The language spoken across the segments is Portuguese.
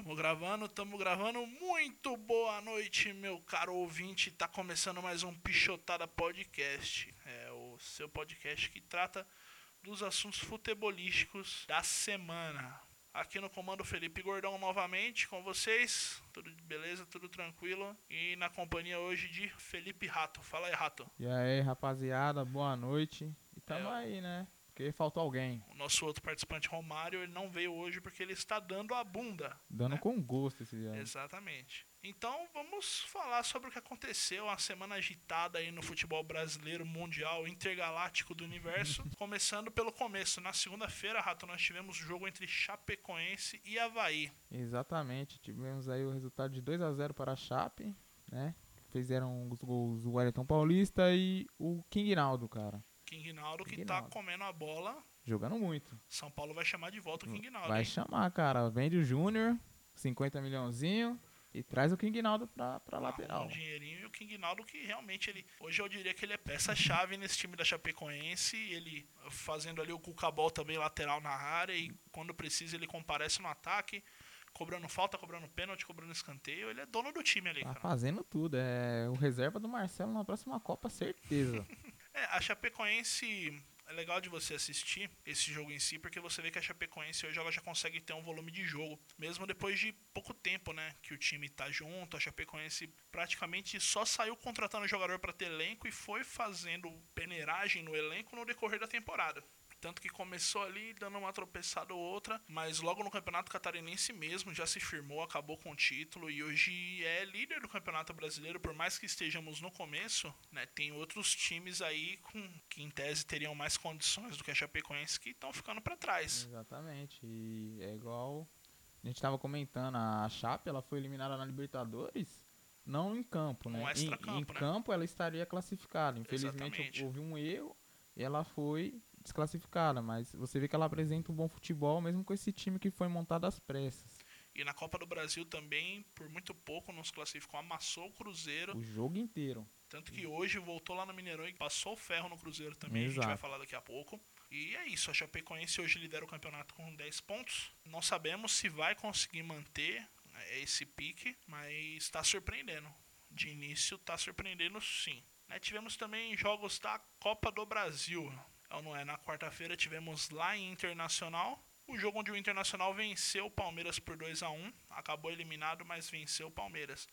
Tamo gravando. Muito boa noite, meu caro ouvinte. Tá começando mais um Pichotada Podcast. É o seu podcast que trata dos assuntos futebolísticos da semana. Aqui no comando Felipe Gordão novamente com vocês. Tudo beleza, tudo tranquilo. E na companhia hoje de Felipe Rato. Fala aí, Rato. E aí, rapaziada, boa noite. E tamo É, aí, né? Porque faltou alguém. o nosso outro participante, Romário, ele não veio hoje porque ele está dando a bunda, Dando né? com gosto esse ano. Exatamente. Então vamos falar sobre o que aconteceu, uma semana agitada aí no futebol brasileiro, mundial, intergaláctico do universo. Começando pelo começo, na segunda-feira, Rato, nós tivemos o jogo entre Chapecoense e Avaí. Exatamente. Tivemos aí o resultado de 2-0 para a Chape, né? Fizeram os gols o Wellington Paulista e o King Naldo, cara. King Naldo que King tá Naldo. comendo a bola. Jogando muito. São Paulo vai chamar de volta o King Naldo, Vai hein? chamar, cara. Vende o Júnior, 50 milhãozinho e traz o King Naldo pra Arruma um lateral. dinheirinho e o King Naldo que realmente ele... Hoje eu diria que ele é peça-chave nesse time da Chapecoense. Ele fazendo ali o cucabol também lateral na área e quando precisa ele comparece no ataque. Cobrando falta, cobrando pênalti, cobrando escanteio. Ele é dono do time ali, Tá cara. fazendo tudo. É o reserva do Marcelo na próxima Copa, certeza. A Chapecoense... É legal de você assistir esse jogo em si, porque você vê que a Chapecoense hoje ela já consegue ter um volume de jogo. Mesmo depois de pouco tempo, né, que o time tá junto, a Chapecoense praticamente só saiu contratando jogador para ter elenco e foi fazendo peneiragem no elenco no decorrer da temporada. Tanto que começou ali dando uma tropeçada ou outra, mas logo no Campeonato Catarinense mesmo já se firmou, acabou com o título e hoje é líder do Campeonato Brasileiro. Por mais que estejamos no começo, né, tem outros times aí que em tese teriam mais condições do que a Chapecoense que estão ficando para trás. Exatamente. E é igual a gente tava comentando, a Chape ela foi eliminada na Libertadores, não em campo, Um né? Em extra-campo, né? campo ela estaria classificada. Infelizmente Exatamente. houve um erro e ela foi desclassificada, mas você vê que ela apresenta um bom futebol mesmo com esse time que foi montado às pressas. E na Copa do Brasil também, por muito pouco, nos classificou, amassou o Cruzeiro. O jogo inteiro. Tanto que hoje voltou lá no Mineirão e passou o ferro no Cruzeiro também, a gente vai Exato. falar daqui a pouco. E é isso, a Chapecoense hoje lidera o campeonato com 10 pontos. Não sabemos se vai conseguir manter esse pique, mas está surpreendendo. De início está surpreendendo sim. Tivemos também jogos da Copa do Brasil. Não é? Na quarta-feira tivemos lá em Internacional. O jogo onde o Internacional venceu o Palmeiras por 2-1. Acabou eliminado, mas venceu o Palmeiras.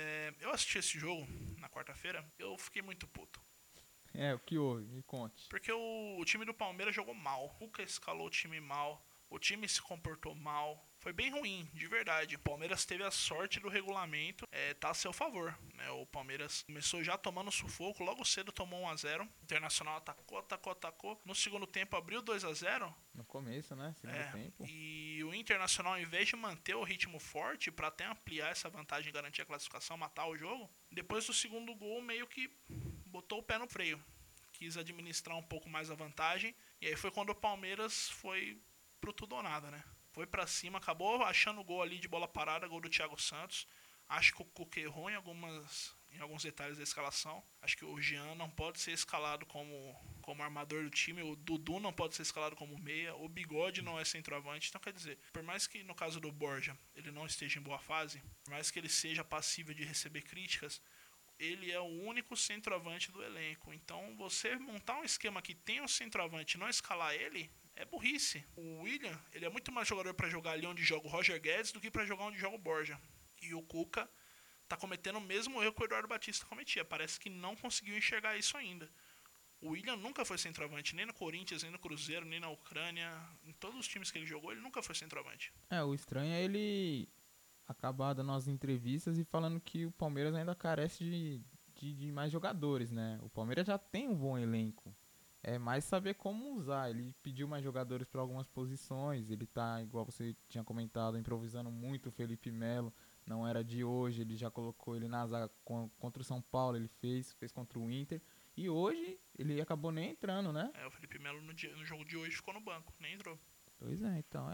Eu assisti esse jogo na quarta-feira, eu fiquei muito puto. O que houve? Me conte. Porque o time do Palmeiras jogou mal. O Cuca escalou o time mal. O time se comportou mal. Foi bem ruim, de verdade. O Palmeiras teve a sorte do regulamento, tá a seu favor, né? O Palmeiras começou já tomando sufoco, logo cedo tomou 1-0. O Internacional atacou. No segundo tempo abriu 2-0. No começo, né? Segundo tempo. E o Internacional, ao invés de manter o ritmo forte para até ampliar essa vantagem, garantir a classificação, matar o jogo, depois do segundo gol meio que botou o pé no freio. Quis administrar um pouco mais a vantagem. E aí foi quando o Palmeiras foi pro tudo ou nada, né? Foi pra cima, acabou achando o gol ali de bola parada, gol do Thiago Santos. Acho que o Cuca errou em alguns detalhes da escalação. Acho que o Jean não pode ser escalado como armador do time. O Dudu não pode ser escalado como meia. O Bigode não é centroavante. Então, quer dizer, por mais que no caso do Borja ele não esteja em boa fase, por mais que ele seja passível de receber críticas, ele é o único centroavante do elenco. Então, você montar um esquema que tem um centroavante e não escalar ele é burrice. O William, ele é muito mais jogador para jogar ali onde joga o Roger Guedes do que para jogar onde joga o Borja. E o Cuca tá cometendo o mesmo erro que o Eduardo Batista cometia. Parece que não conseguiu enxergar isso ainda. O William nunca foi centroavante, nem no Corinthians, nem no Cruzeiro, nem na Ucrânia. Em todos os times que ele jogou, ele nunca foi centroavante. O estranho é ele acabar dando as entrevistas e falando que o Palmeiras ainda carece de mais jogadores, né? O Palmeiras já tem um bom elenco. É mais saber como usar. Ele pediu mais jogadores para algumas posições. Ele tá, igual você tinha comentado, improvisando muito o Felipe Melo. Não era de hoje. Ele já colocou ele na zaga contra o São Paulo. Ele fez contra o Inter. E hoje ele acabou nem entrando, né? O Felipe Melo no jogo de hoje ficou no banco, nem entrou. Pois é, então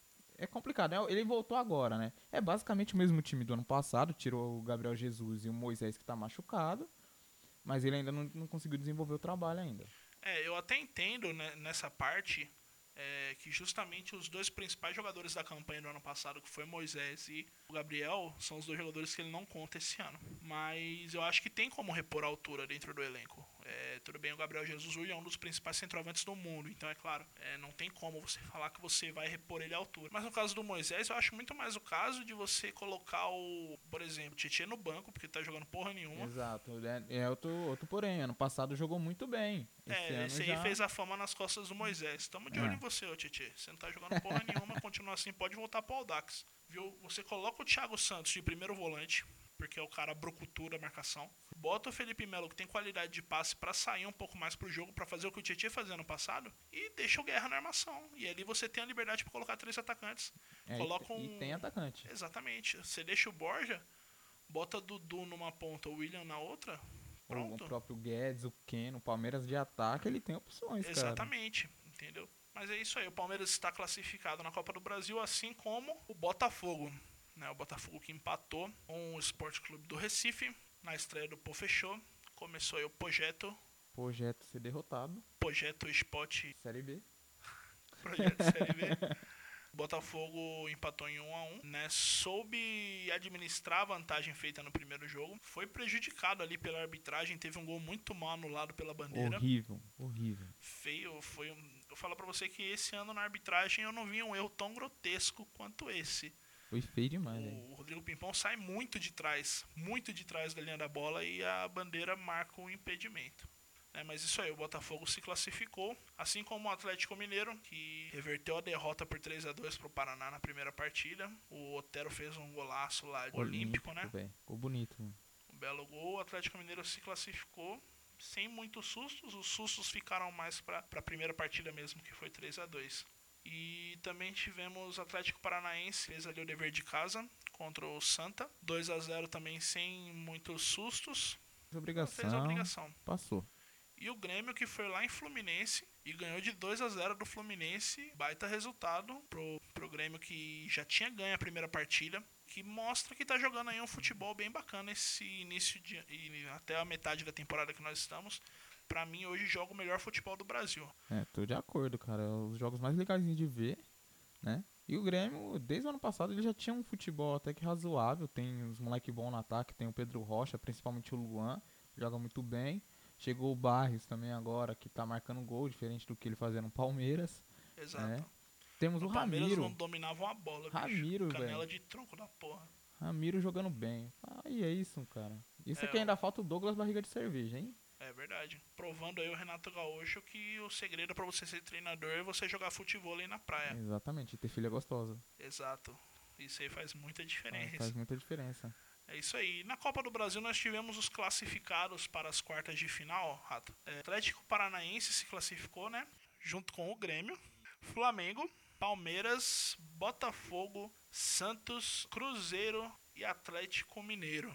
é complicado. Ele voltou agora, né? É basicamente o mesmo time do ano passado. Tirou o Gabriel Jesus e o Moisés que tá machucado. Mas ele ainda não conseguiu desenvolver o trabalho ainda. Eu até entendo, né, nessa parte que justamente os dois principais jogadores da campanha do ano passado, que foi Moisés e o Gabriel, são os dois jogadores que ele não conta esse ano. Mas eu acho que tem como repor a altura dentro do elenco. Tudo bem, o Gabriel Jesus é um dos principais centroavantes do mundo, então é claro, não tem como você falar que você vai repor ele à altura. Mas no caso do Moisés, eu acho muito mais o caso de você colocar por exemplo, o Tietchan no banco, porque ele tá jogando porra nenhuma. Exato. É outro porém. Ano passado jogou muito bem. Esse ano esse aí já... fez a fama nas costas do Moisés. Tamo de olho em você, ô Tietchan. Você não tá jogando porra nenhuma, continua assim, pode voltar pro Audax. Viu? Você coloca o Thiago Santos de primeiro volante, porque é o cara brucutura a marcação. Bota o Felipe Melo, que tem qualidade de passe, pra sair um pouco mais pro jogo, pra fazer o que o Tietchan fazia no passado, e deixa o Guerra na armação. E ali você tem a liberdade pra colocar 3 atacantes. Coloca E tem atacante. Exatamente. Você deixa o Borja, bota Dudu numa ponta, o William na outra. Pronto. O próprio Guedes, o Keno, o Palmeiras de ataque, ele tem opções, Exatamente, cara. Entendeu? Mas é isso aí, o Palmeiras está classificado na Copa do Brasil, assim como o Botafogo. Né? O Botafogo que empatou com o Sport Clube do Recife, na estreia do Pô Fechou. Começou aí o Projeto ser derrotado. Projeto Sport Série B. Projeto Série B. Botafogo empatou em 1-1, né? Soube administrar a vantagem feita no primeiro jogo. Foi prejudicado ali pela arbitragem. Teve um gol muito mal anulado pela bandeira. Horrível. Feio. Eu falo pra você que esse ano na arbitragem eu não vi um erro tão grotesco quanto esse. Foi feio demais, O Rodrigo Pimpão sai muito de trás da linha da bola e a bandeira marca o impedimento. Mas isso aí, o Botafogo se classificou, assim como o Atlético Mineiro, que reverteu a derrota por 3-2 pro Paraná na primeira partida. O Otero fez um golaço lá olímpico, né? Ficou bonito. Um belo gol. O Atlético Mineiro se classificou sem muitos sustos. Os sustos ficaram mais para a primeira partida mesmo, que foi 3-2. E também tivemos Atlético Paranaense, fez ali o dever de casa contra o Santa. 2-0 também sem muitos sustos. Fez a obrigação. Passou. E o Grêmio, que foi lá em Fluminense e ganhou de 2-0 do Fluminense. Baita resultado pro Grêmio, que já tinha ganho a primeira partida, que mostra que tá jogando aí um futebol bem bacana esse início e até a metade da temporada que nós estamos. Pra mim, hoje joga o melhor futebol do Brasil. Tô de acordo, cara. Os jogos mais legais de ver, né? E o Grêmio, desde o ano passado, ele já tinha um futebol até que razoável. Tem uns moleque bons no ataque, tem o Pedro Rocha, principalmente o Luan, joga muito bem. Chegou o Barrios também agora, que tá marcando gol, diferente do que ele fazia no Palmeiras. Exato. Né? Temos no o Palmeiras Ramiro. Não dominavam a bola, Ramiro, bicho. Canela velho. de tronco da porra. Ramiro jogando bem. E é isso, cara. Isso aqui ainda falta o Douglas Barriga de Cerveja, hein? É verdade. Provando aí o Renato Gaúcho que o segredo pra você ser treinador é você jogar futebol aí na praia. Exatamente, e ter filha gostosa. Exato. Isso aí faz muita diferença. Faz muita diferença. É isso aí. Na Copa do Brasil nós tivemos os classificados para as quartas de final, Rato. Atlético Paranaense se classificou, né? Junto com o Grêmio, Flamengo, Palmeiras, Botafogo, Santos, Cruzeiro e Atlético Mineiro.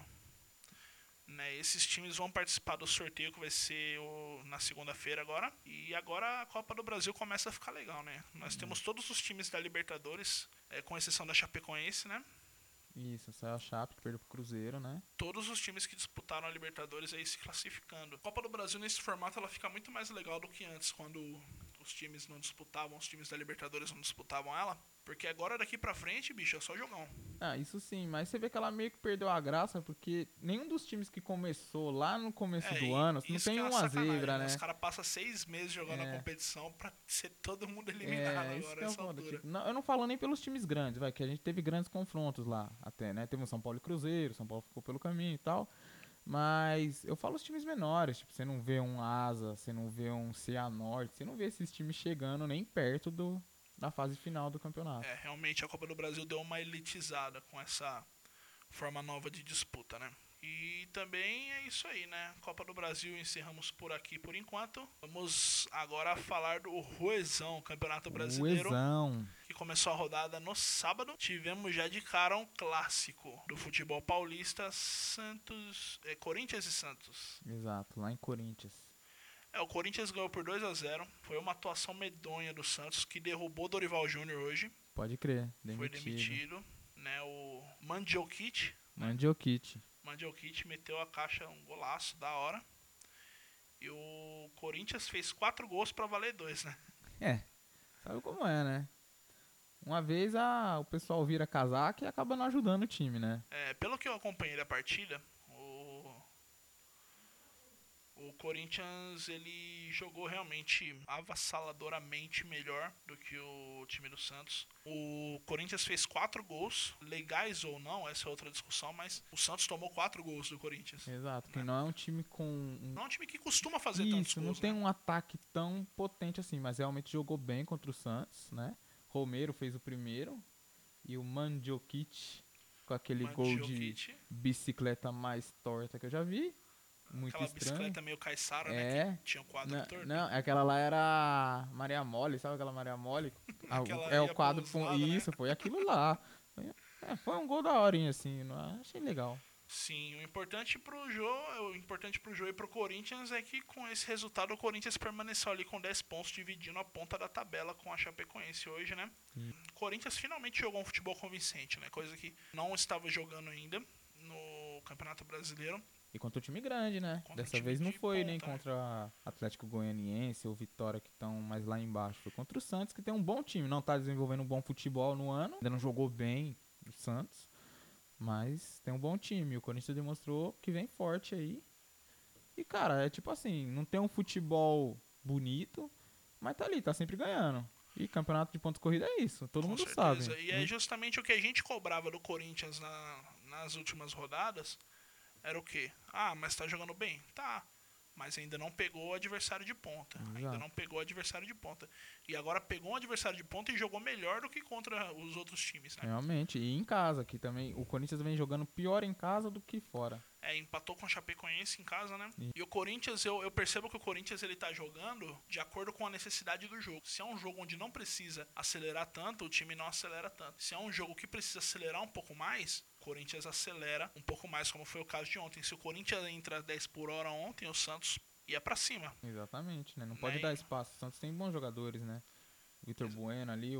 Né, esses times vão participar do sorteio que vai ser na segunda-feira agora. E agora a Copa do Brasil começa a ficar legal, né? Nós temos todos os times da Libertadores, com exceção da Chapecoense, né? Isso, saiu a Chape, que perdeu pro Cruzeiro, né? Todos os times que disputaram a Libertadores aí se classificando. A Copa do Brasil nesse formato ela fica muito mais legal do que antes, quando os times não disputavam, os times da Libertadores não disputavam ela. Porque agora daqui pra frente, bicho, é só jogão. Isso sim, mas você vê que ela meio que perdeu a graça, porque nenhum dos times que começou lá no começo do ano, não tem uma zebra, né? Os caras passam 6 meses jogando a competição pra ser todo mundo eliminado agora nessa altura. Tipo, não, eu não falo nem pelos times grandes, que a gente teve grandes confrontos lá até, né? Teve o São Paulo e Cruzeiro, São Paulo ficou pelo caminho e tal. Mas eu falo os times menores, tipo, você não vê um Asa, você não vê um Cianorte, você não vê esses times chegando nem perto da fase final do campeonato. Realmente a Copa do Brasil deu uma elitizada com essa forma nova de disputa, né? E também é isso aí, né? Copa do Brasil encerramos por aqui por enquanto. Vamos agora falar do Ruezão, Campeonato Brasileiro. Ruezão. Que começou a rodada no sábado. Tivemos já de cara um clássico do futebol paulista, Corinthians e Santos. Exato, lá em Corinthians. O Corinthians ganhou por 2-0. Foi uma atuação medonha do Santos, que derrubou Dorival Júnior hoje. Pode crer, Foi demitido. Né, o Mandiokic meteu a caixa, um golaço da hora. E o Corinthians fez 4 gols pra valer 2, né? Sabe como é, né? Uma vez o pessoal vira casaca e acaba não ajudando o time, né? Pelo que eu acompanhei da partida, o Corinthians ele jogou realmente avassaladoramente melhor do que o time do Santos. O Corinthians fez 4 gols, legais ou não, essa é outra discussão, mas o Santos tomou 4 gols do Corinthians. Exato, que Né? não é um time com... Não é um time que costuma fazer tantos Isso, não gols, tem né? um ataque tão potente assim, mas realmente jogou bem contra o Santos, né? Romero fez o primeiro e o Mandzukic com aquele gol de Mandzukic, bicicleta mais torta que eu já vi. Muito aquela estranho. bicicleta meio caiçara, né? Que É. tinha um quadro Não, torto. não, aquela lá era Maria Mole, sabe aquela Maria Mole? Aquela É o ia quadro. pros lados, né? Isso, foi aquilo lá. Foi um gol da horinha, assim. Achei legal. Sim, o importante pro Jô e pro Corinthians é que com esse resultado o Corinthians permaneceu ali com 10 pontos, dividindo a ponta da tabela com a Chapecoense hoje, né? O Corinthians finalmente jogou um futebol convincente, né? Coisa que não estava jogando ainda no Campeonato Brasileiro. E contra o time grande, né? Contra um Dessa time vez não de foi nem ponta, né? contra Atlético Goianiense ou Vitória, que estão mais lá embaixo. Foi contra o Santos, que tem um bom time. Não tá desenvolvendo um bom futebol no ano. Ainda não jogou bem o Santos. Mas tem um bom time. O Corinthians demonstrou que vem forte aí. E, cara, é tipo assim, não tem um futebol bonito, mas tá ali, tá sempre ganhando. E campeonato de pontos corrida é isso, todo Com mundo sabe. certeza. E é justamente o que a gente cobrava do Corinthians nas últimas rodadas. Era o quê? Ah, mas tá jogando bem? Tá. Mas ainda não pegou o adversário de ponta. Ainda não Exato. pegou o adversário de ponta. E agora pegou um adversário de ponta e jogou melhor do que contra os outros times, né? Realmente. E em casa, que também o Corinthians vem jogando pior em casa do que fora. Empatou com a Chapecoense em casa, né? E- E o Corinthians, eu percebo que o Corinthians ele tá jogando de acordo com a necessidade do jogo. Se é um jogo onde não precisa acelerar tanto, o time não acelera tanto. Se é um jogo que precisa acelerar um pouco mais, o Corinthians acelera um pouco mais, como foi o caso de ontem. Se o Corinthians entra 10 por hora ontem, o Santos ia pra cima. Exatamente, né? Não pode dar Né? espaço. O Santos tem bons jogadores, né? O Vitor Bueno ali,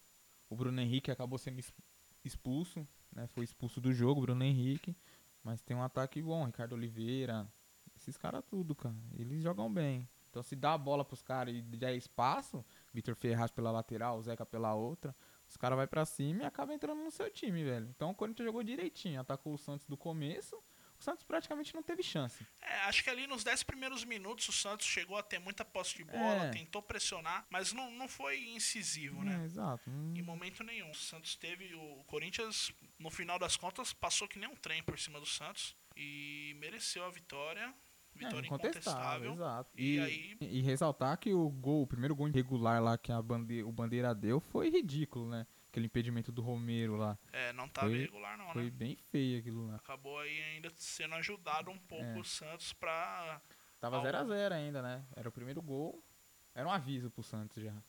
o Bruno Henrique acabou sendo expulso, né? Foi expulso do jogo, o Bruno Henrique. Mas tem um ataque bom, Ricardo Oliveira. Esses caras tudo, cara. Eles jogam bem. Então se dá a bola pros caras e der espaço, Vitor Ferraz pela lateral, o Zeca pela outra, os caras vai pra cima e acaba entrando no seu time, velho. Então o Corinthians jogou direitinho, atacou o Santos do começo. O Santos praticamente não teve chance. Acho que ali nos 10 primeiros minutos o Santos chegou a ter muita posse de bola, É, tentou pressionar, mas não foi incisivo, né? exato. Em momento nenhum. O Santos teve. O Corinthians, no final das contas, passou que nem um trem por cima do Santos e mereceu a vitória. Vitória Incontestável, incontestável. exato. E aí. E ressaltar que o primeiro gol irregular lá que o Bandeira deu foi ridículo, né? Aquele impedimento do Romero lá. Não tava Foi, irregular, não, foi né? bem feio aquilo lá. Acabou aí ainda sendo ajudado um pouco É, o Santos pra. tava Ao, 0-0 ainda, né? Era o primeiro gol. Era um aviso pro Santos já.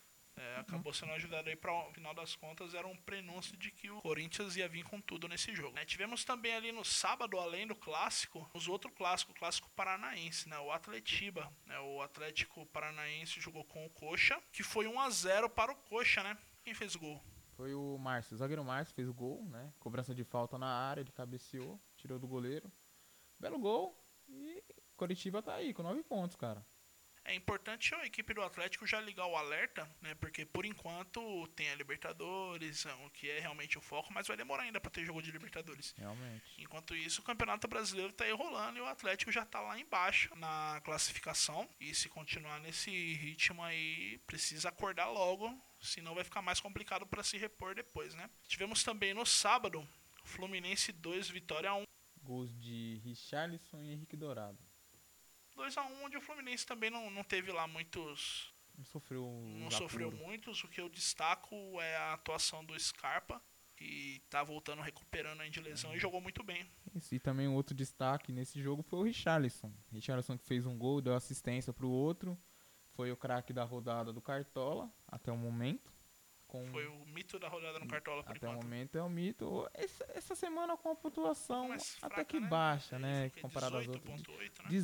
acabou sendo ajudado aí para no final das contas era um prenúncio de que o Corinthians ia vir com tudo nesse jogo. Né? Tivemos também ali no sábado, além do clássico, os outros clássicos, o clássico paranaense, né? O Atletiba, né? O Atlético Paranaense jogou com o Coxa, que foi 1-0 para o Coxa, né? Quem fez o gol? Foi o Márcio, o zagueiro Márcio fez o gol, né? Cobrança de falta na área, ele cabeceou, tirou do goleiro. Belo gol. E Coritiba tá aí com 9 pontos, cara. É importante a equipe do Atlético já ligar o alerta, né? Porque por enquanto tem a Libertadores, o que é realmente o foco, mas vai demorar ainda para ter jogo de Libertadores. Realmente. Enquanto isso, o Campeonato Brasileiro tá aí rolando e o Atlético já tá lá embaixo na classificação. E se continuar nesse ritmo aí, precisa acordar logo, senão vai ficar mais complicado para se repor depois, né? Tivemos também no sábado, Fluminense 2, Vitória 1. Gols de Richarlison e Henrique Dourado. 2-1, onde o Fluminense também não teve lá muitos. Não Sofreu muitos. O que eu destaco é a atuação do Scarpa, que tá voltando, recuperando aí de lesão e jogou muito bem. Isso, e também um outro destaque nesse jogo foi o Richarlison. Richarlison que fez um gol, deu assistência pro outro. Foi o craque da rodada do Cartola, até o momento. Foi o mito da rodada no Cartola por Até o enquanto. momento é o mito. Essa semana com a pontuação Mais até fraca, que né? baixa, Ele né? fica Comparado às outras. 18.8, né?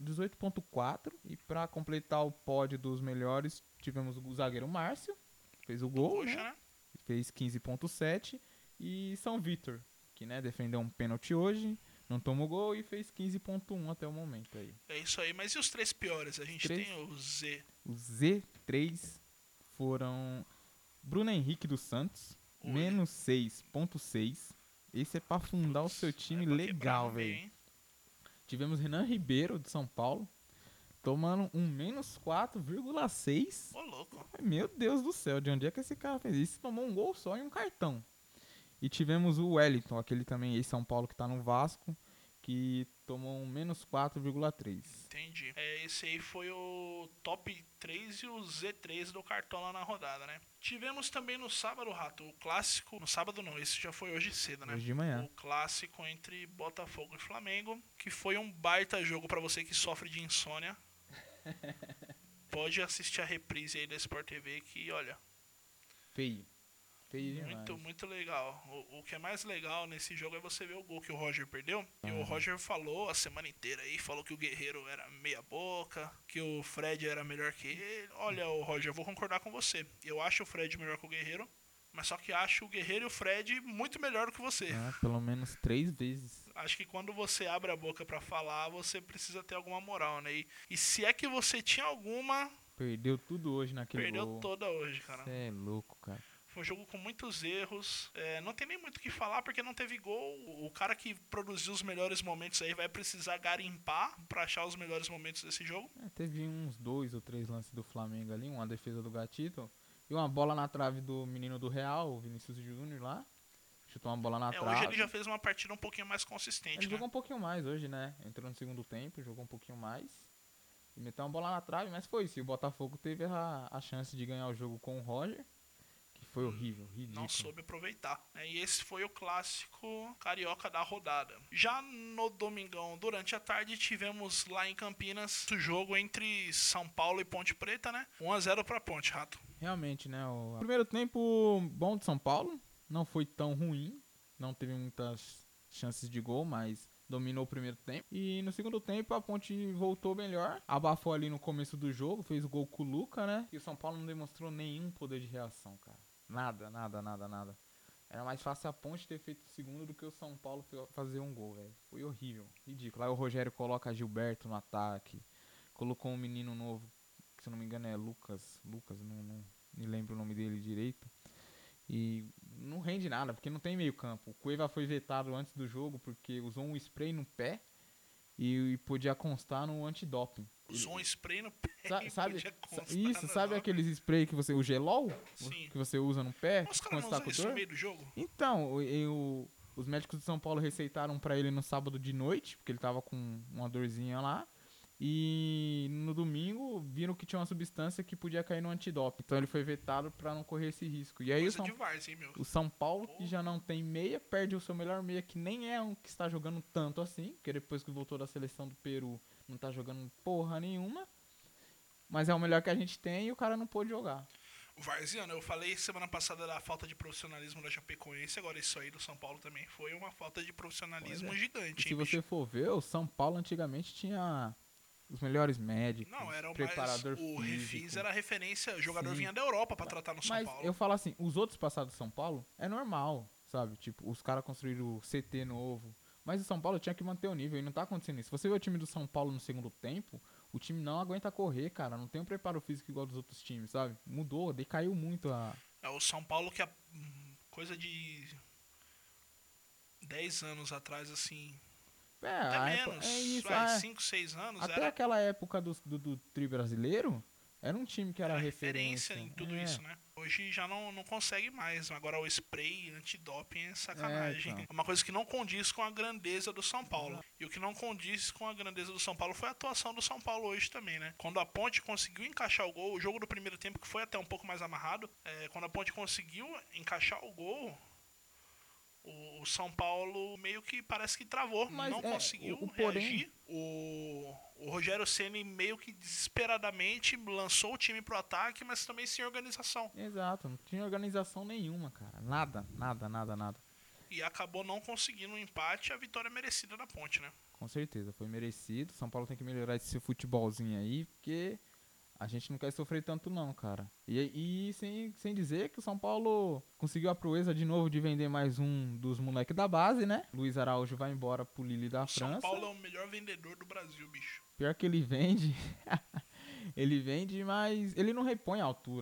18.4. E pra completar o pódio dos melhores, tivemos o zagueiro Márcio, fez o gol, Coxa, né? né? Fez 15.7. E São Vitor, que né, defendeu um pênalti hoje, não tomou gol e fez 15.1 até o momento aí. É isso aí. Mas e os três piores? A gente Três. tem o Z. O Z3 foram Bruno Henrique dos Santos, Oi. menos 6,6. Esse é pra afundar o seu time pra legal, quebrar no meio, velho. hein? Tivemos Renan Ribeiro, de São Paulo, tomando um menos 4,6. Ô, louco. Meu Deus do céu, de onde é que esse cara fez isso? Tomou um gol só e um cartão. E tivemos o Wellington, aquele também ex-São Paulo que tá no Vasco, que tomou um menos 4,3. Entendi. Esse aí foi o top 3 e o Z3 do Cartola na rodada, né? Tivemos também no sábado, Rato, o clássico. No sábado não, esse já foi hoje cedo, né? Hoje de manhã. O clássico entre Botafogo e Flamengo, que foi um baita jogo pra você que sofre de insônia. Pode assistir a reprise aí da Sport TV que, olha, Feio. Feio demais. muito legal. O que é mais legal nesse jogo é você ver o gol que o Roger perdeu. E o Roger falou a semana inteira aí, falou que o Guerreiro era meia boca, que o Fred era melhor que ele. Olha, o Roger, eu vou concordar com você. Eu acho o Fred melhor que o Guerreiro, mas só que acho o Guerreiro e o Fred muito melhor do que você. Pelo menos 3 vezes. Acho que quando você abre a boca pra falar, você precisa ter alguma moral, né? E se é que você tinha alguma, Perdeu tudo hoje naquele perdeu gol. toda hoje, cara. Você é louco, cara. Foi um jogo com muitos erros. Não tem nem muito o que falar porque não teve gol. O cara que produziu os melhores momentos aí vai precisar garimpar pra achar os melhores momentos desse jogo. Teve uns 2 ou 3 lances do Flamengo ali, uma defesa do Gatito e uma bola na trave do menino do Real, o Vinícius Júnior lá. Chutou uma bola na trave. Hoje ele já fez uma partida um pouquinho mais consistente, Ele né? jogou um pouquinho mais hoje, né? Entrou no segundo tempo, jogou um pouquinho mais. E meteu uma bola na trave, mas foi isso. E o Botafogo teve a chance de ganhar o jogo com o Roger. Foi horrível, ridículo. Não soube aproveitar. E esse foi o clássico carioca da rodada. Já no domingão, durante a tarde, tivemos lá em Campinas o jogo entre São Paulo e Ponte Preta, né? 1-0 pra Ponte, Rato. Realmente, né? O primeiro tempo bom de São Paulo. Não foi tão ruim. Não teve muitas chances de gol, mas dominou o primeiro tempo. E no segundo tempo a Ponte voltou melhor. Abafou ali no começo do jogo. Fez o gol com o Luca, né? E o São Paulo não demonstrou nenhum poder de reação, cara. Nada. Era mais fácil a Ponte ter feito o segundo do que o São Paulo fazer um gol, velho. Foi horrível, ridículo. Aí o Rogério coloca Gilberto no ataque. Colocou um menino novo, que se eu não me engano é Lucas, não me lembro o nome dele direito. E não rende nada, porque não tem meio campo. O Cueva foi vetado antes do jogo porque usou um spray no pé e podia constar no antidoping. Usou um spray no pé. Sabe aqueles spray que você... O gelol? Sim. Que você usa no pé? Os caras não usam isso no meio do jogo? Então, os médicos de São Paulo receitaram pra ele no sábado de noite, porque ele tava com uma dorzinha lá. E no domingo viram que tinha uma substância que podia cair no antidoping. Então ele foi vetado pra não correr esse risco. E aí o São Paulo, que já não tem meia, perde o seu melhor meia, que nem é um que está jogando tanto assim, porque depois que voltou da seleção do Peru não tá jogando porra nenhuma. Mas é o melhor que a gente tem e o cara não pôde jogar. Varziano, eu falei semana passada da falta de profissionalismo da Chapecoense, agora isso aí do São Paulo também foi uma falta de profissionalismo gigante. Se você for ver, o São Paulo antigamente tinha os melhores médicos, preparador físico. O Refis era referência, o jogador vinha da Europa pra tratar no São Paulo. Mas eu falo assim, os outros passados do São Paulo é normal, sabe? Tipo, os caras construíram o CT novo. Mas o São Paulo tinha que manter o nível e não tá acontecendo isso. Se você vê o time do São Paulo no segundo tempo, o time não aguenta correr, cara. Não tem um preparo físico igual dos outros times, sabe? Mudou, decaiu muito a... O São Paulo que é coisa de 10 anos atrás, assim... Até menos, 5, 6 anos. Até aquela época do tri brasileiro, era um time que era referência em tudo isso, né? Hoje já não consegue mais. Agora o spray antidoping é sacanagem. Então. É uma coisa que não condiz com a grandeza do São Paulo. E o que não condiz com a grandeza do São Paulo foi a atuação do São Paulo hoje também, né? Quando a Ponte conseguiu encaixar o gol, o jogo do primeiro tempo que foi até um pouco mais amarrado, quando a Ponte conseguiu encaixar o gol, o São Paulo meio que parece que travou, não conseguiu reagir. O Rogério Ceni meio que desesperadamente lançou o time pro ataque, mas também sem organização. Exato, não tinha organização nenhuma, cara. Nada. E acabou não conseguindo um empate, a vitória merecida da Ponte, né? Com certeza, foi merecido. São Paulo tem que melhorar esse futebolzinho aí, porque a gente não quer sofrer tanto não, cara. E sem dizer que o São Paulo conseguiu a proeza de novo de vender mais um dos moleques da base, né? Luiz Araújo vai embora pro Lille da França. São Paulo é o melhor vendedor do Brasil, bicho. Pior que ele vende. Ele vende, mas ele não repõe a altura, né?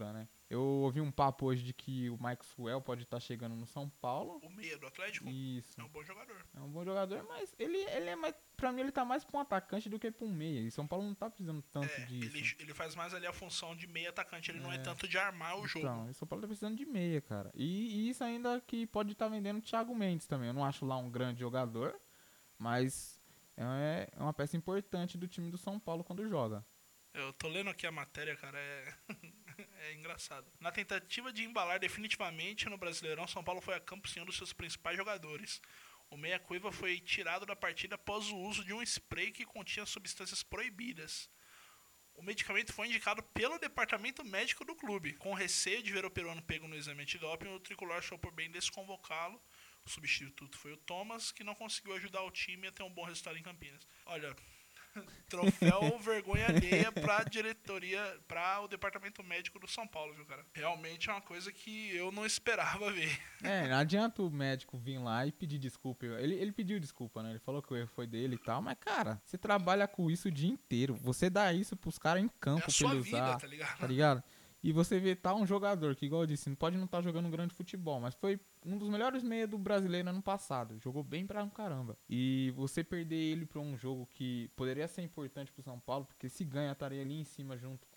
Eu ouvi um papo hoje de que o Maxwell pode estar chegando no São Paulo. O meia do Atlético Isso. é um bom jogador. É um bom jogador, mas ele é mais. Pra mim, ele tá mais pra um atacante do que pra um meia. E São Paulo não tá precisando tanto disso. Ele faz mais ali a função de meia atacante, ele não é tanto de armar o jogo. Então, o São Paulo tá precisando de meia, cara. E isso ainda que pode estar vendendo o Thiago Mendes também. Eu não acho lá um grande jogador, mas é uma peça importante do time do São Paulo quando joga. Eu tô lendo aqui a matéria, cara, é engraçado. Na tentativa de embalar definitivamente no Brasileirão, São Paulo foi a campo sem um dos seus principais jogadores. O meia Cuiva foi tirado da partida após o uso de um spray que continha substâncias proibidas. O medicamento foi indicado pelo departamento médico do clube. Com receio de ver o peruano pego no exame antidoping, o tricolor achou por bem desconvocá-lo. O substituto foi o Thomas, que não conseguiu ajudar o time a ter um bom resultado em Campinas. Olha, troféu vergonha alheia pra diretoria, pra o departamento médico do São Paulo, viu, cara? Realmente é uma coisa que eu não esperava ver. Não adianta o médico vir lá e pedir desculpa. Ele pediu desculpa, né? Ele falou que o erro foi dele e tal, mas, cara, você trabalha com isso o dia inteiro. Você dá isso pros caras em campo É a sua pra ele vida, usar, tá ligado? E você vê, tá um jogador que, igual eu disse, pode não estar jogando um grande futebol, mas foi um dos melhores meias do brasileiro ano passado. Jogou bem pra caramba. E você perder ele pra um jogo que poderia ser importante pro São Paulo, porque se ganha, estaria ali em cima junto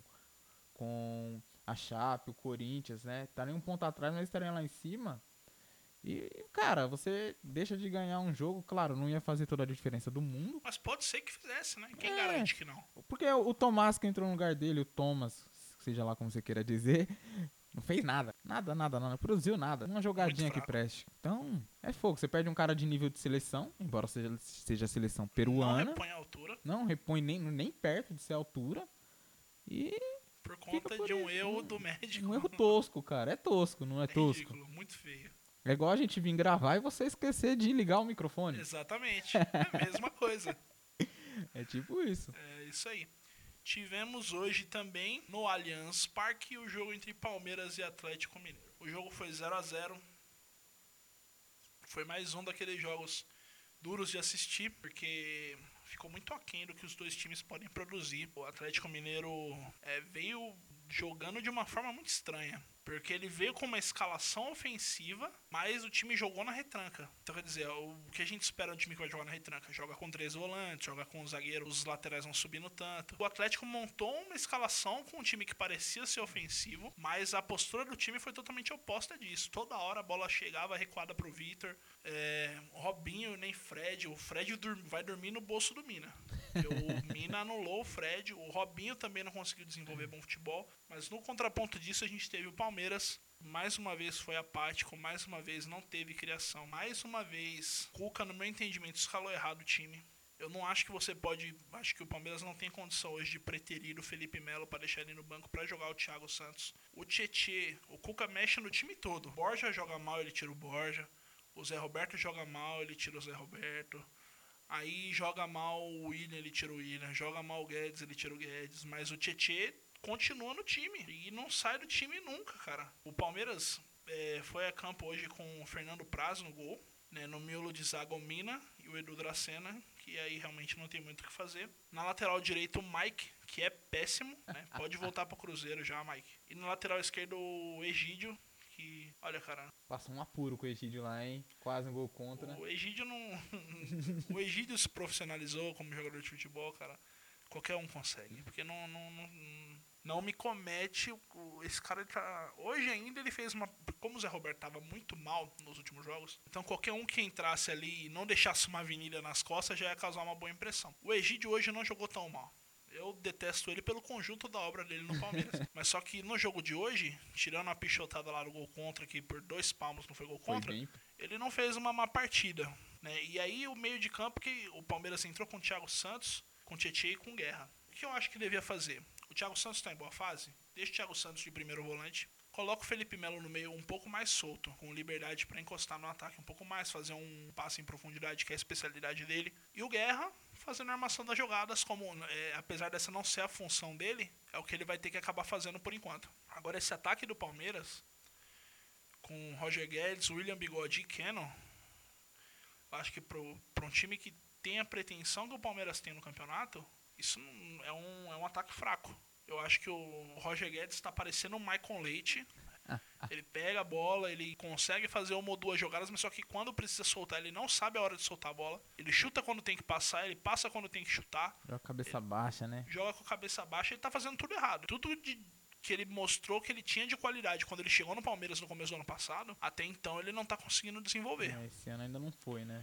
com a Chape, o Corinthians, né? Estaria um ponto atrás, mas estaria lá em cima. E, cara, você deixa de ganhar um jogo, claro, não ia fazer toda a diferença do mundo. Mas pode ser que fizesse, né? Quem garante que não? Porque o Tomás que entrou no lugar dele, o Thomas, seja lá como você queira dizer, não fez nada. Nada, não produziu nada. Uma jogadinha que preste. Então, é fogo. Você perde um cara de nível de seleção, embora seja a seleção peruana. Não repõe a altura. Não repõe nem perto de ser a altura. E por conta de um erro do médico. Um erro tosco, cara. É tosco, não é tosco? Ridículo, muito feio. É igual a gente vir gravar e você esquecer de ligar o microfone. Exatamente. É a mesma coisa. É tipo isso. É isso aí. Tivemos hoje também no Allianz Parque o jogo entre Palmeiras e Atlético Mineiro. O jogo foi 0-0. Foi mais um daqueles jogos duros de assistir, porque ficou muito aquém do que os dois times podem produzir. O Atlético Mineiro veio jogando de uma forma muito estranha, porque ele veio com uma escalação ofensiva, mas o time jogou na retranca. Então, quer dizer, o que a gente espera do time que vai jogar na retranca? Joga com 3 volantes, joga com os zagueiros, os laterais não subindo tanto. O Atlético montou uma escalação com um time que parecia ser ofensivo, mas a postura do time foi totalmente oposta disso. Toda hora a bola chegava recuada pro Vitor. O Robinho nem Fred. O Fred vai dormir no bolso do Mina. O Mina anulou o Fred. O Robinho também não conseguiu desenvolver bom futebol. Mas no contraponto disso a gente teve o Palmeiras. Mais uma vez foi apático. Mais uma vez não teve criação. Mais uma vez Cuca, no meu entendimento, escalou errado o time. Eu não acho que você pode... Acho que o Palmeiras não tem condição hoje de preterir o Felipe Melo para deixar ele no banco para jogar o Thiago Santos. O Tietê, o Cuca mexe no time todo. O Borja joga mal, ele tira o Borja. O Zé Roberto joga mal, ele tira o Zé Roberto. Aí joga mal o William, ele tira o William. Joga mal o Guedes, ele tira o Guedes. Mas o Tietê continua no time e não sai do time nunca, cara. O Palmeiras foi a campo hoje com o Fernando Praz no gol, né? No miolo de zaga o Mina e o Edu Dracena, que aí realmente não tem muito o que fazer. Na lateral direito o Mike, que é péssimo, né? Pode voltar pro Cruzeiro já, Mike. E na lateral esquerdo o Egídio, que, olha, cara... Passou um apuro com o Egídio lá, hein? Quase um gol contra. O Egídio não... o Egídio se profissionalizou como jogador de futebol, cara. Qualquer um consegue. Porque não me comete... Esse cara tá... Hoje ainda ele fez uma... Como o Zé Roberto tava muito mal nos últimos jogos, então qualquer um que entrasse ali e não deixasse uma avenida nas costas já ia causar uma boa impressão. O Egídio hoje não jogou tão mal. Eu detesto ele pelo conjunto da obra dele no Palmeiras. Mas só que no jogo de hoje, tirando a pichotada lá do gol contra, que por 2 palmos não foi gol contra, ele não fez uma má partida, né? E aí o meio de campo que o Palmeiras entrou com o Thiago Santos, com o Tietê e com o Guerra. O que eu acho que devia fazer? O Thiago Santos está em boa fase? Deixa o Thiago Santos de primeiro volante. Coloca o Felipe Melo no meio um pouco mais solto, com liberdade para encostar no ataque um pouco mais, fazer um passe em profundidade, que é a especialidade dele. E o Guerra fazendo a armação das jogadas, como apesar dessa não ser a função dele, é o que ele vai ter que acabar fazendo por enquanto. Agora esse ataque do Palmeiras, com Roger Guedes, William Bigode e Keno, eu acho que para um time que tem a pretensão que o Palmeiras tem no campeonato, isso é um ataque fraco. Eu acho que o Roger Guedes tá parecendo um Michael Leite. Ele pega a bola, ele consegue fazer uma ou duas jogadas, mas só que quando precisa soltar, ele não sabe a hora de soltar a bola. Ele chuta quando tem que passar, ele passa quando tem que chutar. Joga cabeça baixa, né? Joga com a cabeça baixa, ele tá fazendo tudo errado. Que ele mostrou que ele tinha de qualidade quando ele chegou no Palmeiras no começo do ano passado, até então ele não tá conseguindo desenvolver. Esse ano ainda não foi, né?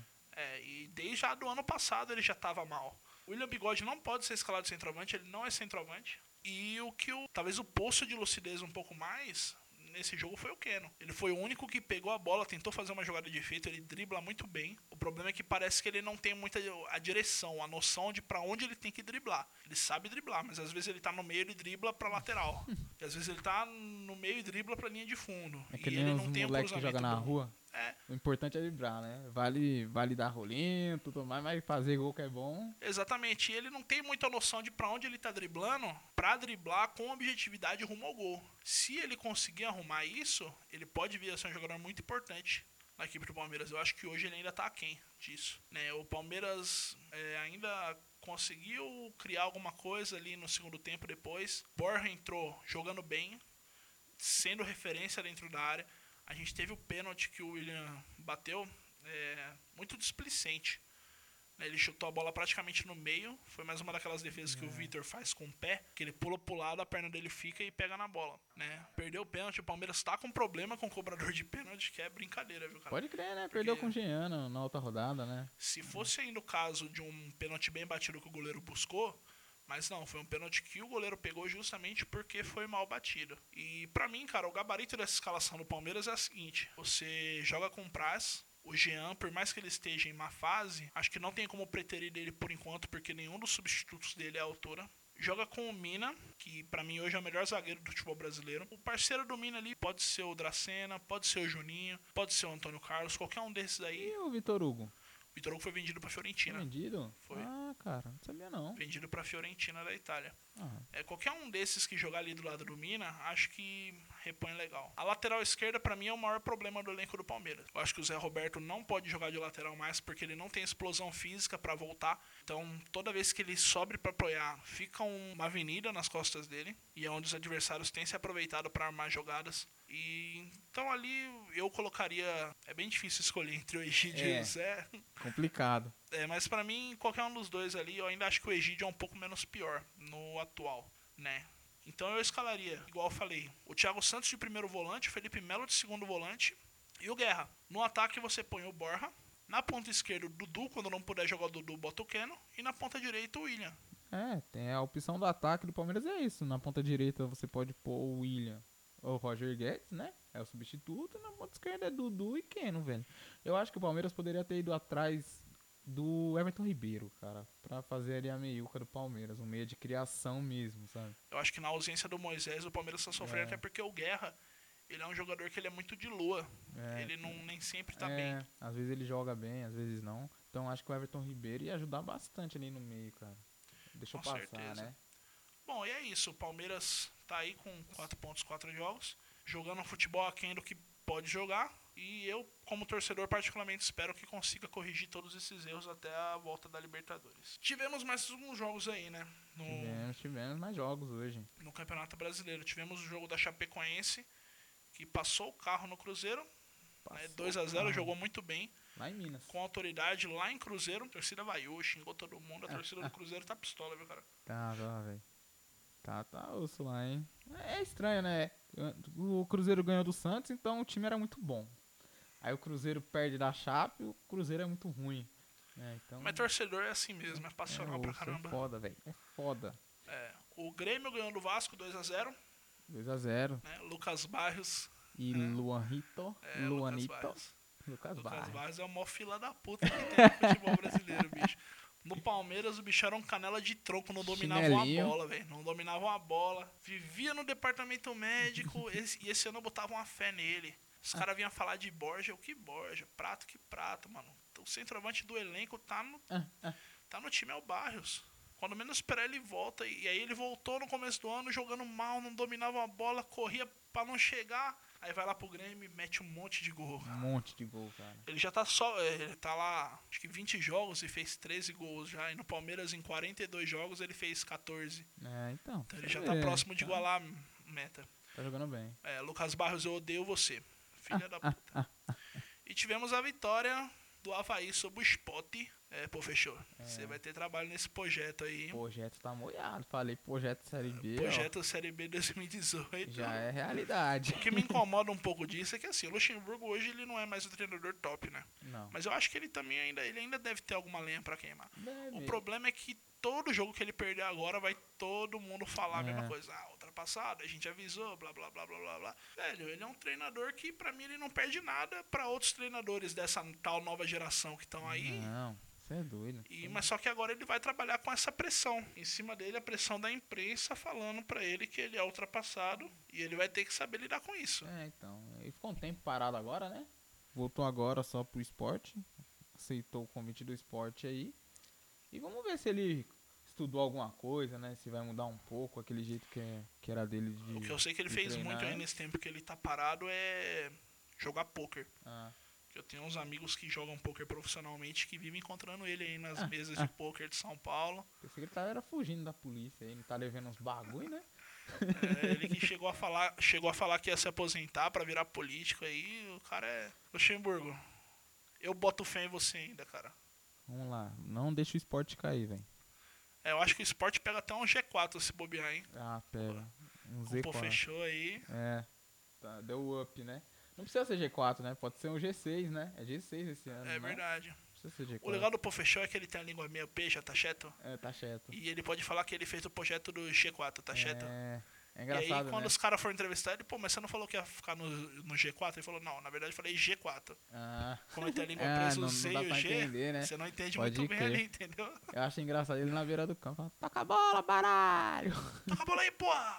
E desde já do ano passado ele já tava mal. O William Bigode não pode ser escalado de centroavante, ele não é centroavante. E talvez o poço de lucidez um pouco mais nesse jogo foi o Keno. Ele foi o único que pegou a bola, tentou fazer uma jogada de efeito, ele dribla muito bem. O problema é que parece que ele não tem muita a direção, a noção de pra onde ele tem que driblar. Ele sabe driblar, mas às vezes ele tá no meio e ele dribla pra lateral. E às vezes ele tá no meio e dribla pra linha de fundo. É que e nem ele os não tem um moleques que jogam na bom. rua. O importante é driblar, né? Vale dar rolinho, tudo mais, mas fazer gol que é bom. Exatamente. E ele não tem muita noção de pra onde ele tá driblando pra driblar com objetividade rumo ao gol. Se ele conseguir arrumar isso, ele pode vir a ser um jogador muito importante na equipe do Palmeiras. Eu acho que hoje ele ainda tá aquém disso, né? O Palmeiras ainda conseguiu criar alguma coisa ali no segundo tempo depois. Borja entrou jogando bem, sendo referência dentro da área. A gente teve o pênalti que o William bateu muito displicente. Ele chutou a bola praticamente no meio. Foi mais uma daquelas defesas que o Vitor faz com o pé, que ele pula pro lado, a perna dele fica e pega na bola, né? Perdeu o pênalti, o Palmeiras tá com problema com o cobrador de pênalti, que é brincadeira, viu, cara? Pode crer, né? Porque Perdeu com o Jean na outra rodada, né? se fosse ainda o caso de um pênalti bem batido que o goleiro buscou, mas não, foi um pênalti que o goleiro pegou justamente porque foi mal batido. E pra mim, cara, o gabarito dessa escalação do Palmeiras é a seguinte: você joga com o Praz. O Jean, por mais que ele esteja em má fase, acho que não tem como preterir dele por enquanto, porque nenhum dos substitutos dele é a altura. Joga com o Mina, que pra mim hoje é o melhor zagueiro do futebol brasileiro. O parceiro do Mina ali pode ser o Dracena, pode ser o Juninho, pode ser o Antônio Carlos, qualquer um desses aí. E o Vitor Hugo? O Vitor Hugo foi vendido pra Fiorentina. Vendido? Foi. Ah, cara, não sabia não. Vendido pra Fiorentina da Itália. Ah. Qualquer um desses que jogar ali do lado do Mina, acho que repõe legal. A lateral esquerda, pra mim, é o maior problema do elenco do Palmeiras. Eu acho que o Zé Roberto não pode jogar de lateral mais, porque ele não tem explosão física pra voltar. Então, toda vez que ele sobe pra apoiar, fica uma avenida nas costas dele. E é onde os adversários têm se aproveitado pra armar jogadas. E então ali eu colocaria. É bem difícil escolher entre o Egídio e o Zé. Complicado. Mas pra mim, qualquer um dos dois ali, eu ainda acho que o Egídio é um pouco menos pior no atual, né? Então eu escalaria, igual eu falei, o Thiago Santos de primeiro volante, o Felipe Melo de segundo volante e o Guerra. No ataque você põe o Borja. Na ponta esquerda, o Dudu, quando não puder jogar o Dudu, bota o Keno. E na ponta direita, o William. Tem a opção do ataque do Palmeiras, é isso. Na ponta direita você pode pôr o William ou o Roger Guedes, né? É o substituto. Na ponta esquerda é Dudu e Keno, velho. Eu acho que o Palmeiras poderia ter ido atrás do Everton Ribeiro, cara, pra fazer ali a meiuca do Palmeiras, um meio de criação mesmo, sabe? Eu acho que na ausência do Moisés, o Palmeiras tá sofrendo até porque o Guerra, ele é um jogador que ele é muito de lua. Ele nem sempre tá bem. Às vezes ele joga bem, às vezes não. Então acho que o Everton Ribeiro ia ajudar bastante ali no meio, cara. Deixa eu passar, certeza, né? Bom, e é isso. O Palmeiras tá aí com 4 pontos, 4 jogos, jogando um futebol aquém do que pode jogar. E eu, como torcedor, particularmente espero que consiga corrigir todos esses erros até a volta da Libertadores. Tivemos mais alguns jogos aí, né? Tivemos mais jogos hoje. No Campeonato Brasileiro. Tivemos o jogo da Chapecoense, que passou o carro no Cruzeiro. 2-0, jogou muito bem. Lá em Minas. Com autoridade lá em Cruzeiro. A torcida vaiou, xingou todo mundo. A torcida do Cruzeiro tá pistola, viu, cara? Tá, velho. Tá osso lá, hein? É estranho, né? O Cruzeiro ganhou do Santos, então o time era muito bom. Aí o Cruzeiro perde da Chape e o Cruzeiro é muito ruim. Então, mas torcedor é assim mesmo, é passional pra caramba. É foda, velho. É foda. O Grêmio ganhou do Vasco 2-0. 2-0. Né? Lucas Barrios. E Luanito. Luanito. Lucas Barrios é o maior fila da puta que tem no futebol brasileiro, bicho. No Palmeiras, o bicho era um canela de tronco, não dominava uma bola, velho. Não dominava uma bola. Vivia no departamento médico e esse ano eu botava uma fé nele. Os caras vinham falar de Borja, o que Borja? Prato que prato, mano. O centroavante do elenco tá no time, é o Barrios. Quando menos esperar ele volta. E aí ele voltou no começo do ano jogando mal, não dominava a bola, corria pra não chegar. Aí vai lá pro Grêmio e mete um monte de gol. Um monte de gol, cara. Ele já tá só. Ele tá lá, acho que 20 jogos e fez 13 gols já. E no Palmeiras, em 42 jogos, ele fez 14. Então. Então ele já tá próximo de igualar a meta. Tá jogando bem. Lucas Barros, eu odeio você. Filha da puta. E tivemos a vitória do Avaí sobre o Sport. Pô, fechou. Você vai ter trabalho nesse projeto aí. O projeto tá molhado. Falei, projeto Série B. Projeto Série B 2018. Já é realidade. O que me incomoda um pouco disso é que assim, o Luxemburgo hoje ele não é mais o treinador top, né? Não. Mas eu acho que ele também ainda deve ter alguma lenha pra queimar. Deve. O problema é que todo jogo que ele perder agora vai todo mundo falar a mesma coisa. Ultrapassado, a gente avisou, blá blá blá blá blá blá. Velho, ele é um treinador que pra mim ele não perde nada pra outros treinadores dessa tal nova geração que estão aí. Não, você é doido. Mas só que agora ele vai trabalhar com essa pressão. Em cima dele, a pressão da imprensa falando pra ele que ele é ultrapassado. E ele vai ter que saber lidar com isso. Então. Ele ficou um tempo parado agora, né? Voltou agora só pro esporte. Aceitou o convite do esporte aí. E vamos ver se ele estudou alguma coisa, né? Se vai mudar um pouco aquele jeito que era dele de. O que eu sei que ele fez muito aí nesse tempo que ele tá parado é jogar pôquer. Eu tenho uns amigos que jogam pôquer profissionalmente que vivem encontrando ele aí nas mesas de pôquer de São Paulo. Pensei que ele era fugindo da polícia aí, não tá levando uns bagulho, né? Ele que chegou a falar que ia se aposentar pra virar político aí. O cara é. Luxemburgo, eu boto fé em você ainda, cara. Vamos lá, não deixa o esporte cair, velho. Eu acho que o esporte pega até um G4 se bobear, hein? Pega. Um Z4. Pô, fechou aí. Tá, deu up, né? Não precisa ser G4, né? Pode ser um G6, né? É G6 esse ano, É verdade. Não precisa ser G4. O legal do Pô fechou é que ele tem a língua meio peixa, tá cheto? Tá cheto. E ele pode falar que ele fez o projeto do G4, tá cheto? É engraçado, e aí, quando né? os caras foram entrevistar ele, pô, mas você não falou que ia ficar no G4? Ele falou, não, na verdade eu falei G4. Como ele tem a língua presa, o Z e o G, entender, né? você não entende Pode muito bem crer. ali, entendeu? Eu acho engraçado ele na beira do campo. Fala, toca a bola, baralho! Toca a bola aí, porra!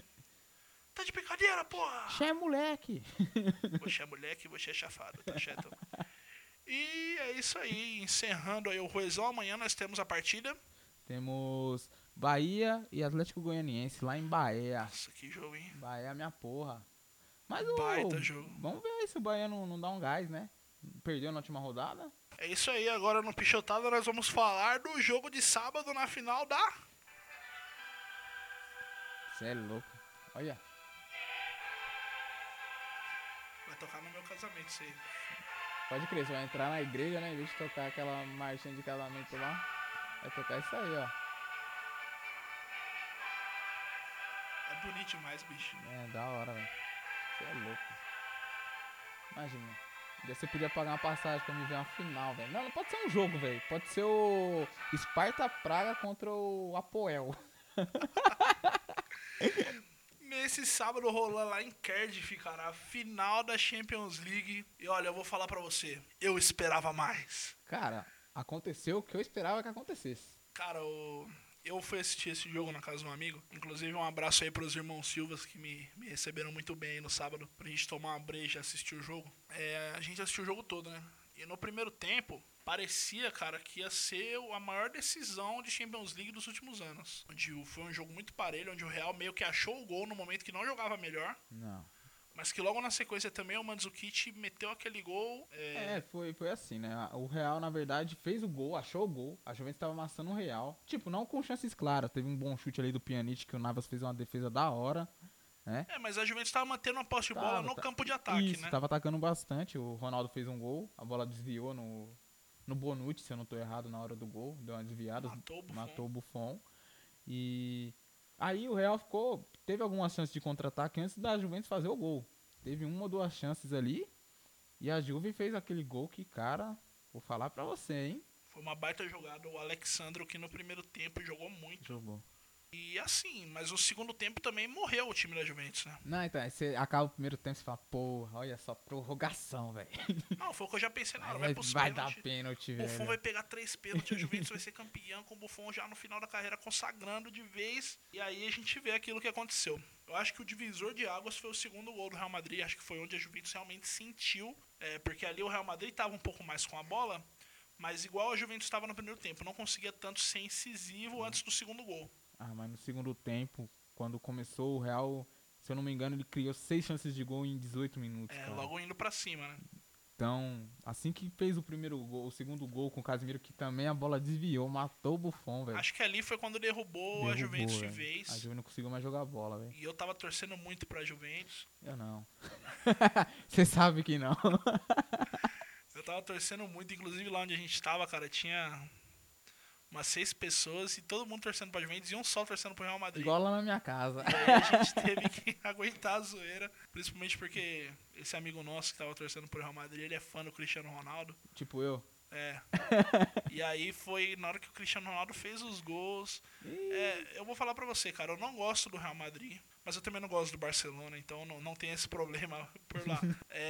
Tá de brincadeira, porra! Você é moleque! Você é moleque, você é chafado, tá cheto? E é isso aí, encerrando aí o Ruezão. Amanhã nós temos a partida. Temos Bahia e Atlético Goianiense lá em Bahia. Nossa, que jogo, hein? Bahia é a minha porra. Mas Baita jogo. Vamos ver aí se o Bahia não dá um gás, né? Perdeu na última rodada. É isso aí, agora no Pichotada nós vamos falar do jogo de sábado na final da... Você é louco. Olha. Vai tocar no meu casamento isso aí. Pode crer, você vai entrar na igreja, né? Em vez de tocar aquela marchinha de casamento lá, vai tocar isso aí, ó. É bonito demais, bicho. É, da hora, velho. Você é louco. Imagina. Você podia pagar uma passagem pra me ver uma final, velho. Não pode ser um jogo, velho. Pode ser o Sparta Praga contra o Apoel. Nesse sábado rolando lá em Cardiff, cara, a final da Champions League. E olha, eu vou falar pra você, eu esperava mais. Cara, aconteceu o que eu esperava que acontecesse. Cara, eu fui assistir esse jogo na casa de um amigo. Inclusive, um abraço aí pros irmãos Silvas que me receberam muito bem aí no sábado pra gente tomar uma breja e assistir o jogo. A gente assistiu o jogo todo, né? E no primeiro tempo, parecia, cara, que ia ser a maior decisão de Champions League dos últimos anos. Onde foi um jogo muito parelho, onde o Real meio que achou o gol no momento que não jogava melhor. Não. Mas que logo na sequência também o Mandzukic meteu aquele gol. Foi assim, né? O Real, na verdade, fez o gol, achou o gol. A Juventus estava amassando o Real. Tipo, não com chances claras. Teve um bom chute ali do Pjanic, que o Navas fez uma defesa da hora. Né? Mas a Juventus estava mantendo uma posse de bola no campo de ataque, isso, né? Tava atacando bastante. O Ronaldo fez um gol. A bola desviou no Bonucci, se eu não tô errado, na hora do gol. Deu uma desviada. Matou o Buffon. E aí o Real teve algumas chances de contra-ataque antes da Juventus fazer o gol. Teve uma ou duas chances ali. E a Juve fez aquele gol que, cara, vou falar pra você, hein? Foi uma baita jogada. O Alexandro, que no primeiro tempo jogou muito. Jogou. E assim, mas no segundo tempo também morreu o time da Juventus, né? Não, então, aí você acaba o primeiro tempo e fala, porra, olha só, prorrogação, velho. Não, foi o que eu já pensei na hora. Vai dar pênalti, velho. O Buffon vai pegar 3 pênaltis, a Juventus vai ser campeão, com o Buffon já no final da carreira consagrando de vez. E aí a gente vê aquilo que aconteceu. Eu acho que o divisor de águas foi o segundo gol do Real Madrid. Acho que foi onde a Juventus realmente sentiu. Porque ali o Real Madrid estava um pouco mais com a bola, mas igual a Juventus estava no primeiro tempo. Não conseguia tanto ser incisivo antes do segundo gol. Mas no segundo tempo, quando começou o Real Se eu não me engano, ele criou 6 chances de gol em 18 minutos, cara. Logo indo pra cima, né? Então, assim que fez o primeiro gol, o segundo gol com o Casemiro, que também a bola desviou, matou o Buffon, velho. Acho que ali foi quando derrubou a Juventus de velho. vez. A Juventus não conseguiu mais jogar bola, velho. E eu tava torcendo muito pra Juventus. Eu não. Você sabe que não. Eu tava torcendo muito, inclusive lá onde a gente tava, cara, tinha umas 6 pessoas e todo mundo torcendo pra Juventus e um só torcendo pro Real Madrid. Igual lá na minha casa. E aí a gente teve que aguentar a zoeira, principalmente porque esse amigo nosso que tava torcendo pro Real Madrid, ele é fã do Cristiano Ronaldo. Tipo eu. E aí foi na hora que o Cristiano Ronaldo fez os gols. Eu vou falar pra você, cara, eu não gosto do Real Madrid, mas eu também não gosto do Barcelona, então não tem esse problema por lá.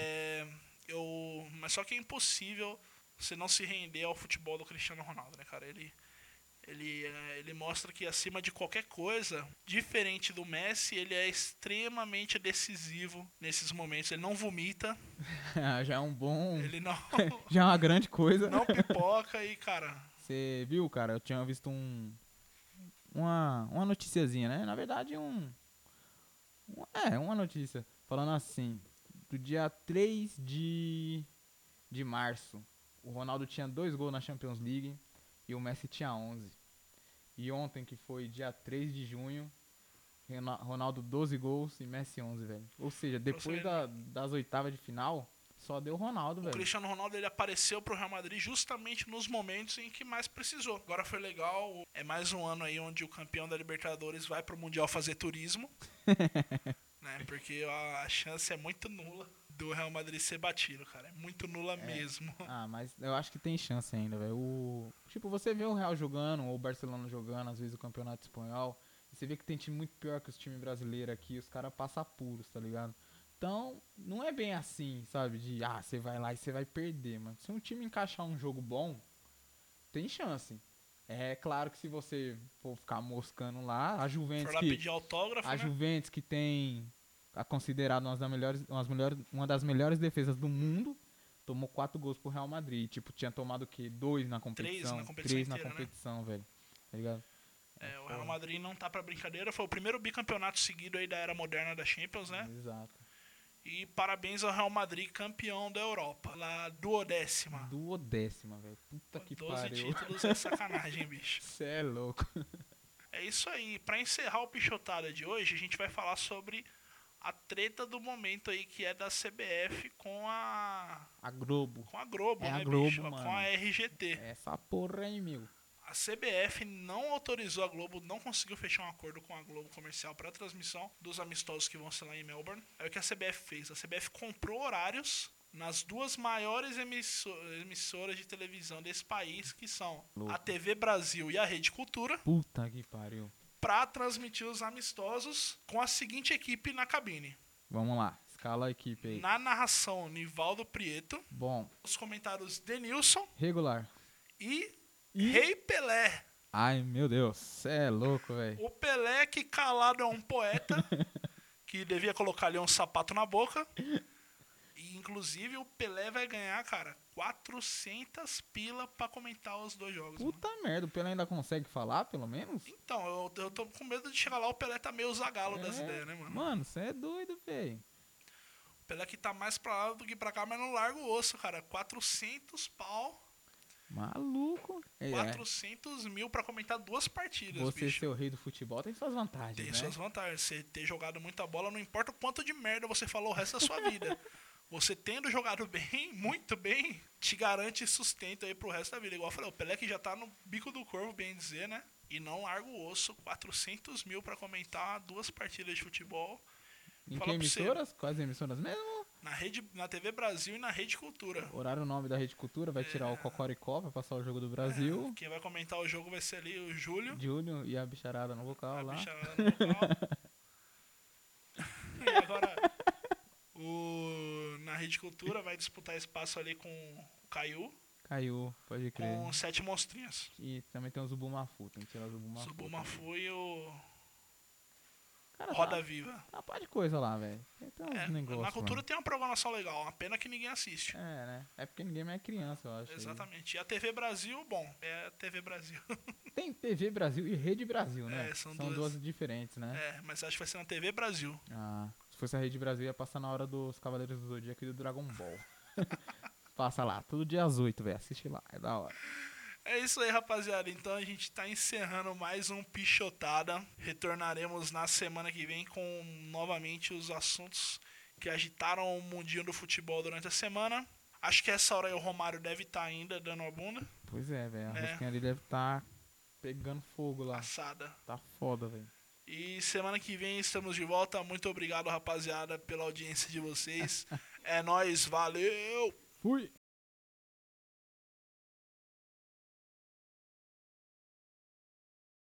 Mas só que é impossível você não se render ao futebol do Cristiano Ronaldo, né, cara? Ele mostra que acima de qualquer coisa, diferente do Messi, ele é extremamente decisivo nesses momentos. Ele não vomita. Já é um bom... Ele não... Já é uma grande coisa. Não pipoca e, cara... Você viu, cara? Eu tinha visto uma noticiazinha, né? Na verdade, uma notícia. Falando assim, do dia 3 de março, o Ronaldo tinha 2 gols na Champions League e o Messi tinha 11. E ontem, que foi dia 3 de junho, Ronaldo 12 gols e Messi 11, velho. Ou seja, depois das oitavas de final, só deu Ronaldo, velho. O Cristiano Ronaldo, ele apareceu pro Real Madrid justamente nos momentos em que mais precisou. Agora foi legal, é mais um ano aí onde o campeão da Libertadores vai pro Mundial fazer turismo. Né? Porque a chance é muito nula do Real Madrid ser batido, cara. É muito nula mesmo. Mas eu acho que tem chance ainda, velho. Tipo, você vê o Real jogando, ou o Barcelona jogando, às vezes o Campeonato Espanhol, e você vê que tem time muito pior que os times brasileiros aqui, os caras passam apuros, tá ligado? Então, não é bem assim, sabe? Você vai lá e você vai perder, mano. Se um time encaixar um jogo bom, tem chance. É claro que se você for ficar moscando lá, a Juventus For lá pedir autógrafo, a né? Juventus que tem considerado uma das melhores defesas do mundo, tomou 4 gols pro Real Madrid. Tipo, tinha tomado o quê? 2 na competição? 3 na inteira, competição, né? Velho. Tá ligado? O Real Madrid não tá pra brincadeira. Foi o primeiro bicampeonato seguido aí da era moderna da Champions, né? Exato. E parabéns ao Real Madrid, campeão da Europa. Lá, duodécima. Duodécima, velho. Puta que 12 pariu. títulos é sacanagem, bicho. Cê é louco. É isso aí. Pra encerrar o Pichotada de hoje, a gente vai falar sobre a treta do momento aí, que é da CBF com a Globo. Com a Globo, É né, a Globo, bicho? mano. Com a RGT. Essa porra aí, meu. A CBF não autorizou a Globo, não conseguiu fechar um acordo com a Globo Comercial para a transmissão dos amistosos que vão ser lá em Melbourne. É o que a CBF fez. A CBF comprou horários nas 2 maiores emissoras de televisão desse país, que são a TV Brasil e a Rede Cultura. Puta que pariu. Para transmitir os amistosos com a seguinte equipe na cabine. Vamos lá, escala a equipe aí. Na narração, Nivaldo Prieto. Bom. Os comentários, Denilson. Regular. E Rei Pelé. Ai, meu Deus, cê é louco, velho. O Pelé, que calado é um poeta, que devia colocar ali um sapato na boca. E, inclusive, o Pelé vai ganhar, cara, 400 pila pra comentar os 2 jogos. Puta merda, o Pelé ainda consegue falar, pelo menos? Então, eu tô com medo de chegar lá, o Pelé tá meio zagalo das ideias, né, mano? Mano, você é doido, velho. O Pelé que tá mais pra lá do que pra cá, mas não larga o osso, cara. 400 pau. Maluco. 400 mil pra comentar 2 partidas, Você bicho. ser o rei do futebol tem suas vantagens, Tem né? suas vantagens. Você ter jogado muita bola, não importa o quanto de merda você falou o resto da sua vida. Você tendo jogado bem, muito bem, te garante sustento aí pro resto da vida. Igual eu falei, o Pelé que já tá no bico do corvo, bem dizer, né? E não larga o osso, 400 mil pra comentar 2 partidas de futebol. Em que emissoras? Quais emissoras mesmo? Na TV Brasil e na Rede Cultura. Horário, o nome da Rede Cultura, vai tirar o Cocoricó, vai passar o jogo do Brasil. Quem vai comentar o jogo vai ser ali o Júlio. Júlio e a bicharada no vocal lá. A bicharada no vocal. E agora, na Rede Cultura vai disputar espaço ali com o Caiu. Caiu, pode crer. Com 7 monstrinhos. E também tem o Zubumafu, tem que tirar o Zubumafu. Zubumafu e o... Cara, Roda tá Viva. uma par de coisa lá, velho. Tem uns negócios. Na cultura Mano. tem uma programação legal, uma pena que ninguém assiste. É, né? É porque ninguém mais é criança, eu acho. Exatamente. E a TV Brasil, bom, é a TV Brasil. Tem TV Brasil e Rede Brasil, né? São duas diferentes, né? Mas acho que vai ser na TV Brasil. Ah, se fosse a Rede Brasil, ia passar na hora dos Cavaleiros do Zodíaco e do Dragon Ball. Passa lá, todo dia às 8, velho. Assiste lá, é da hora. É isso aí, rapaziada. Então a gente tá encerrando mais um Pichotada. Retornaremos na semana que vem com novamente os assuntos que agitaram o mundinho do futebol durante a semana. Acho que essa hora aí o Romário deve estar ainda dando a bunda. Pois é, velho. A rosquinha ali deve estar pegando fogo lá. Assada. Tá foda, velho. E semana que vem estamos de volta. Muito obrigado, rapaziada, pela audiência de vocês. É nóis, valeu! Fui!